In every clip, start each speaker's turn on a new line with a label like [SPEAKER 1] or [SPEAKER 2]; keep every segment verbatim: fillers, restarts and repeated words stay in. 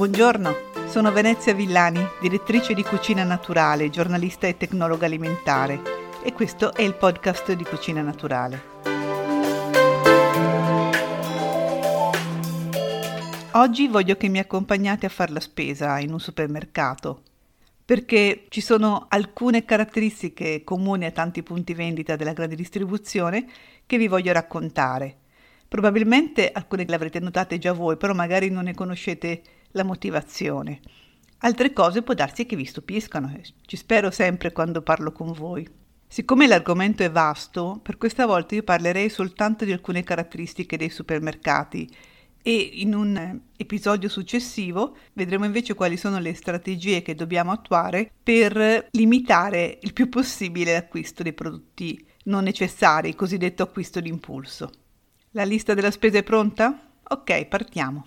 [SPEAKER 1] Buongiorno, sono Venezia Villani, direttrice di Cucina Naturale, giornalista e tecnologa alimentare, e questo è il podcast di Cucina Naturale. Oggi voglio che mi accompagniate a fare la spesa in un supermercato, perché ci sono alcune caratteristiche comuni a tanti punti vendita della grande distribuzione che vi voglio raccontare. Probabilmente alcune le avrete notate già voi, però magari non ne conoscete la motivazione. Altre cose può darsi che vi stupiscano, ci spero sempre quando parlo con voi. Siccome l'argomento è vasto, per questa volta io parlerei soltanto di alcune caratteristiche dei supermercati e in un episodio successivo vedremo invece quali sono le strategie che dobbiamo attuare per limitare il più possibile l'acquisto dei prodotti non necessari, il cosiddetto acquisto d'impulso. La lista della spesa è pronta? Ok, partiamo.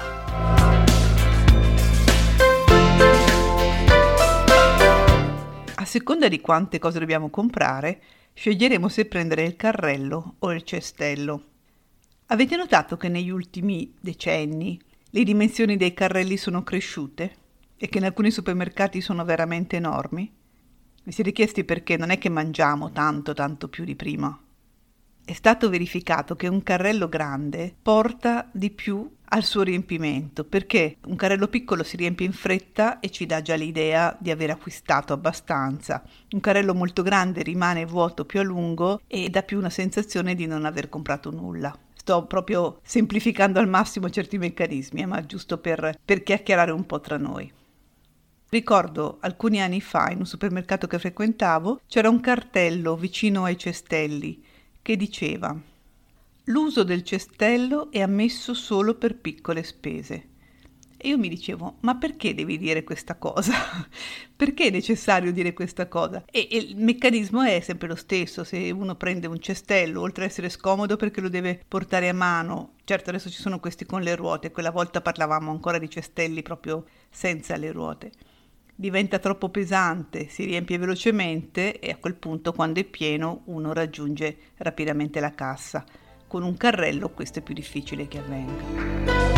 [SPEAKER 1] A seconda di quante cose dobbiamo comprare, sceglieremo se prendere il carrello o il cestello. Avete notato che negli ultimi decenni le dimensioni dei carrelli sono cresciute e che in alcuni supermercati sono veramente enormi? Vi siete chiesti perché? Non è che mangiamo tanto tanto più di prima. È stato verificato che un carrello grande porta di più al suo riempimento, perché un carrello piccolo si riempie in fretta e ci dà già l'idea di aver acquistato abbastanza. Un carrello molto grande rimane vuoto più a lungo e dà più una sensazione di non aver comprato nulla. Sto proprio semplificando al massimo certi meccanismi, eh, ma giusto per, per chiacchierare un po' tra noi. Ricordo alcuni anni fa in un supermercato che frequentavo c'era un cartello vicino ai cestelli che diceva: l'uso del cestello è ammesso solo per piccole spese. E io mi dicevo, ma perché devi dire questa cosa? Perché è necessario dire questa cosa? E, e il meccanismo è sempre lo stesso. Se uno prende un cestello, oltre ad essere scomodo perché lo deve portare a mano, certo adesso ci sono questi con le ruote, quella volta parlavamo ancora di cestelli proprio senza le ruote, diventa troppo pesante, si riempie velocemente e a quel punto, quando è pieno, uno raggiunge rapidamente la cassa. Con un carrello questo è più difficile che avvenga.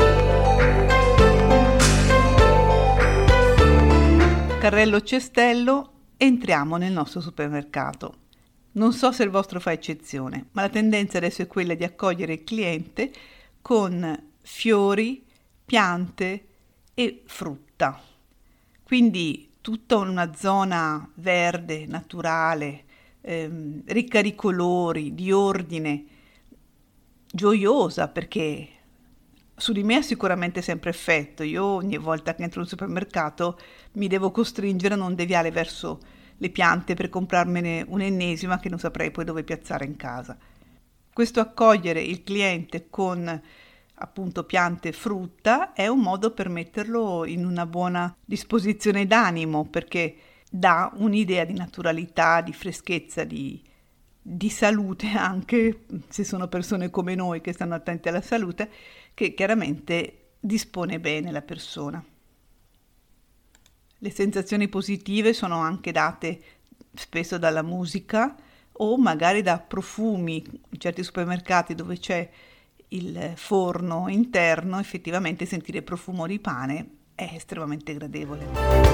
[SPEAKER 1] Carrello cestello, entriamo nel nostro supermercato. Non so se il vostro fa eccezione, ma la tendenza adesso è quella di accogliere il cliente con fiori, piante e frutta. Quindi tutta una zona verde, naturale, ehm, ricca di colori, di ordine, gioiosa, perché su di me ha sicuramente sempre effetto. Io ogni volta che entro in un supermercato mi devo costringere a non deviare verso le piante per comprarmene un'ennesima che non saprei poi dove piazzare in casa. Questo accogliere il cliente con appunto piante e frutta è un modo per metterlo in una buona disposizione d'animo, perché dà un'idea di naturalità, di freschezza, di, di salute, anche se sono persone come noi che stanno attenti alla salute, che chiaramente dispone bene la persona. Le sensazioni positive sono anche date spesso dalla musica o magari da profumi. In certi supermercati dove c'è il forno interno, effettivamente sentire il profumo di pane è estremamente gradevole.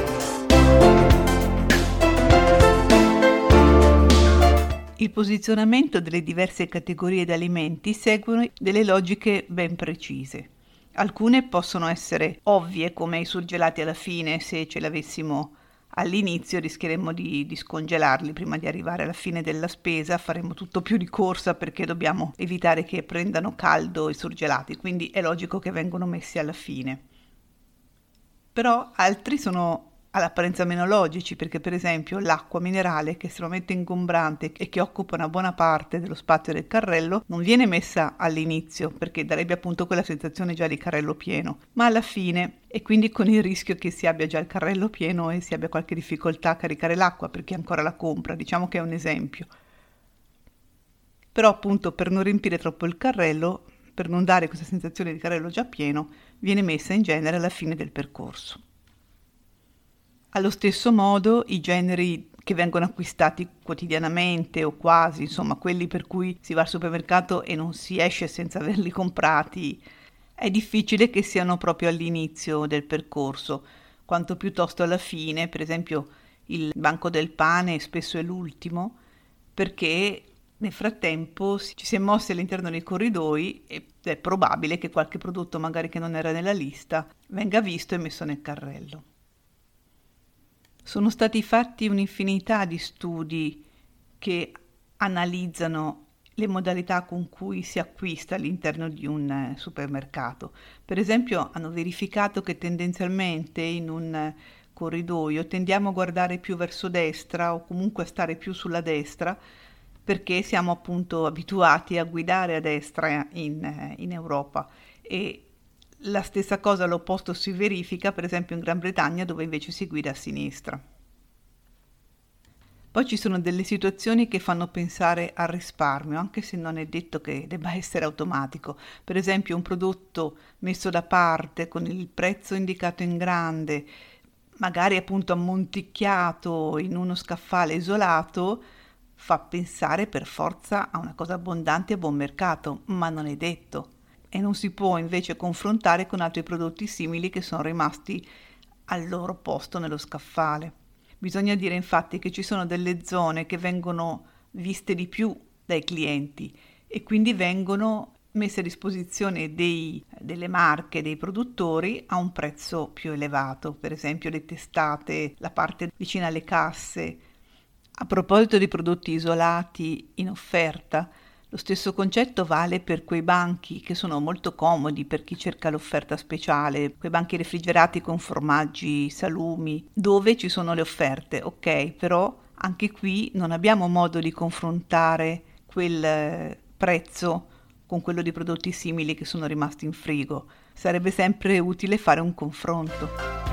[SPEAKER 1] Il posizionamento delle diverse categorie di alimenti segue delle logiche ben precise. Alcune possono essere ovvie, come i surgelati alla fine. Se ce l'avessimo all'inizio rischieremmo di, di scongelarli prima di arrivare alla fine della spesa, faremo tutto più di corsa perché dobbiamo evitare che prendano caldo i surgelati, quindi è logico che vengono messi alla fine. Però altri sono all'apparenza meno logici, perché per esempio l'acqua minerale, che è estremamente ingombrante e che occupa una buona parte dello spazio del carrello, non viene messa all'inizio perché darebbe appunto quella sensazione già di carrello pieno, ma alla fine, e quindi con il rischio che si abbia già il carrello pieno e si abbia qualche difficoltà a caricare l'acqua perché ancora la compra. Diciamo che è un esempio. Però appunto, per non riempire troppo il carrello, per non dare questa sensazione di carrello già pieno, viene messa in genere alla fine del percorso. Allo stesso modo i generi che vengono acquistati quotidianamente o quasi, insomma quelli per cui si va al supermercato e non si esce senza averli comprati, è difficile che siano proprio all'inizio del percorso, quanto piuttosto alla fine. Per esempio il banco del pane spesso è l'ultimo, perché nel frattempo ci si è mossi all'interno dei corridoi ed è probabile che qualche prodotto magari che non era nella lista venga visto e messo nel carrello. Sono stati fatti un'infinità di studi che analizzano le modalità con cui si acquista all'interno di un supermercato. Per esempio, hanno verificato che tendenzialmente in un corridoio tendiamo a guardare più verso destra o comunque a stare più sulla destra, perché siamo appunto abituati a guidare a destra in, in Europa, e la stessa cosa all'opposto si verifica per esempio in Gran Bretagna, dove invece si guida a sinistra. Poi ci sono delle situazioni che fanno pensare al risparmio, anche se non è detto che debba essere automatico. Per esempio un prodotto messo da parte con il prezzo indicato in grande, magari appunto ammonticchiato in uno scaffale isolato, fa pensare per forza a una cosa abbondante e a buon mercato, ma non è detto. E non si può invece confrontare con altri prodotti simili che sono rimasti al loro posto nello scaffale. Bisogna dire infatti che ci sono delle zone che vengono viste di più dai clienti e quindi vengono messe a disposizione dei, delle marche, dei produttori a un prezzo più elevato. Per esempio le testate, la parte vicina alle casse. A proposito di prodotti isolati in offerta, lo stesso concetto vale per quei banchi che sono molto comodi per chi cerca l'offerta speciale, quei banchi refrigerati con formaggi, salumi, dove ci sono le offerte, ok, però anche qui non abbiamo modo di confrontare quel prezzo con quello di prodotti simili che sono rimasti in frigo. Sarebbe sempre utile fare un confronto.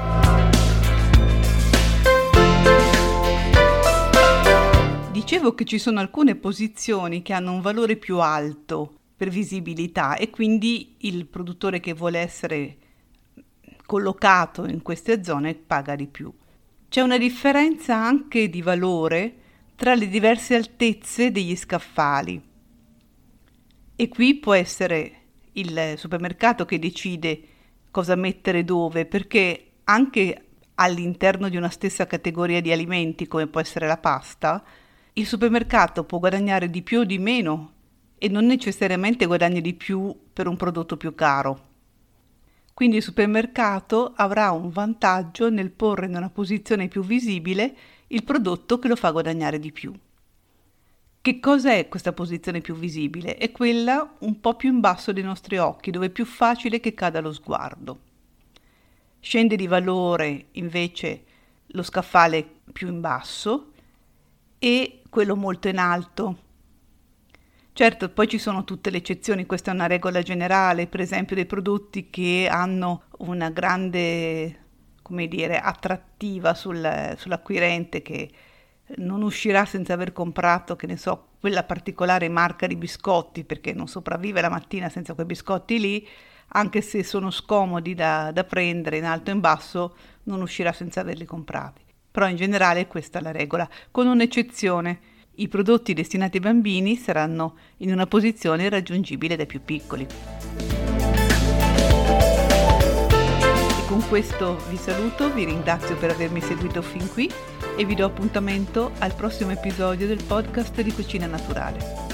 [SPEAKER 1] Dicevo che ci sono alcune posizioni che hanno un valore più alto per visibilità e quindi il produttore che vuole essere collocato in queste zone paga di più. C'è una differenza anche di valore tra le diverse altezze degli scaffali e qui può essere il supermercato che decide cosa mettere dove, perché anche all'interno di una stessa categoria di alimenti, come può essere la pasta, il supermercato può guadagnare di più o di meno e non necessariamente guadagna di più per un prodotto più caro. Quindi il supermercato avrà un vantaggio nel porre in una posizione più visibile il prodotto che lo fa guadagnare di più. Che cosa è questa posizione più visibile? È quella un po' più in basso dei nostri occhi, dove è più facile che cada lo sguardo. Scende di valore invece lo scaffale più in basso e quello molto in alto. Certo, poi ci sono tutte le eccezioni, questa è una regola generale, per esempio dei prodotti che hanno una grande, come dire, attrattiva sul, sull'acquirente, che non uscirà senza aver comprato, che ne so, quella particolare marca di biscotti, perché non sopravvive la mattina senza quei biscotti lì, anche se sono scomodi da, da prendere in alto e in basso, non uscirà senza averli comprati. Però in generale questa è la regola, con un'eccezione: i prodotti destinati ai bambini saranno in una posizione raggiungibile dai più piccoli. E con questo vi saluto, vi ringrazio per avermi seguito fin qui e vi do appuntamento al prossimo episodio del podcast di Cucina Naturale.